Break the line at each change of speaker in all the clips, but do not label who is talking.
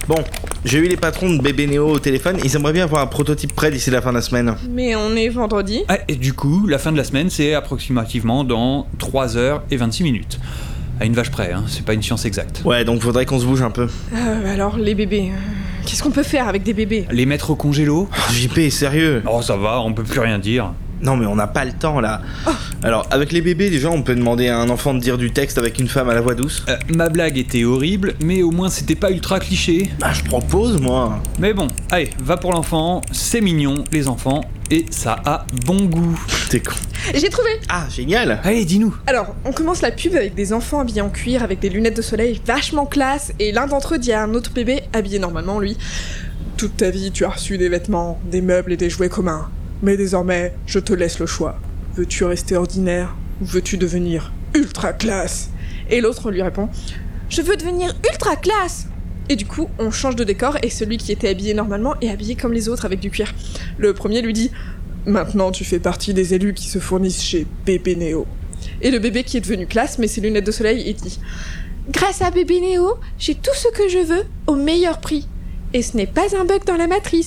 Bon, j'ai eu les patrons de bébé Néo au téléphone, ils aimeraient bien avoir un prototype prêt d'ici la fin de la semaine.
Mais on est vendredi.
Ah, et du coup, la fin de la semaine, c'est approximativement dans 3h26. À une vache près, hein, c'est pas une science exacte.
Ouais, donc faudrait qu'on se bouge un peu.
Alors, les bébés. Qu'est-ce qu'on peut faire avec des bébés?
Les mettre au congélo?
JP, sérieux?
Oh, ça va, on peut plus rien dire.
Non mais on n'a pas le temps là. Alors, avec les bébés, déjà, on peut demander à un enfant de dire du texte avec une femme à la voix douce.
Ma blague était horrible, mais au moins c'était pas ultra cliché.
Bah, je propose, moi.
Mais bon, allez, va pour l'enfant, c'est mignon, les enfants, et ça a bon goût.
T'es con.
J'ai trouvé!
Ah, génial.
Allez, dis-nous.
Alors, on commence la pub avec des enfants habillés en cuir avec des lunettes de soleil vachement classe, et l'un d'entre eux dit à un autre bébé, habillé normalement lui, « Toute ta vie, tu as reçu des vêtements, des meubles et des jouets communs. Mais désormais, je te laisse le choix. Veux-tu rester ordinaire ou veux-tu devenir ultra classe ?» Et l'autre lui répond, « Je veux devenir ultra classe !» Et du coup, on change de décor et celui qui était habillé normalement est habillé comme les autres avec du cuir. Le premier lui dit « Maintenant, tu fais partie des élus qui se fournissent chez Bébé Néo. » Et le bébé qui est devenu classe met ses lunettes de soleil et dit « Grâce à Bébé Néo, j'ai tout ce que je veux au meilleur prix. Et ce n'est pas un bug dans la matrice. »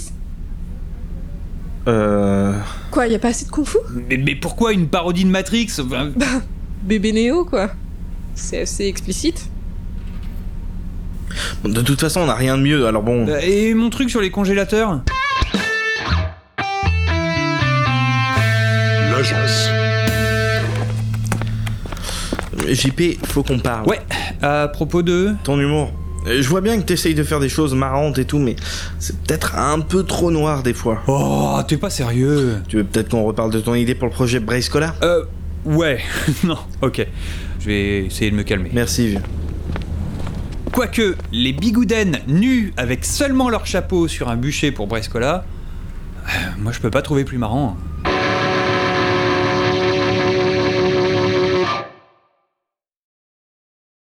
Quoi, y a pas assez de kung-fu?
Mais pourquoi une parodie de Matrix? Enfin,
Bébé Néo, quoi. C'est assez explicite.
Bon, de toute façon, on n'a rien de mieux, alors bon...
Et mon truc sur les congélateurs?
L'agence.
JP, faut qu'on parle.
Ouais, à propos de...
Ton humour. Je vois bien que t'essayes de faire des choses marrantes et tout, mais c'est peut-être un peu trop noir des fois.
Oh, t'es pas sérieux?
Tu veux peut-être qu'on reparle de ton idée pour le projet Brayscola?
Ouais, non, ok. Je vais essayer de me calmer.
Merci, vieux.
Quoique, les bigoudens nus avec seulement leur chapeau sur un bûcher pour Brayscola, moi je peux pas trouver plus marrant.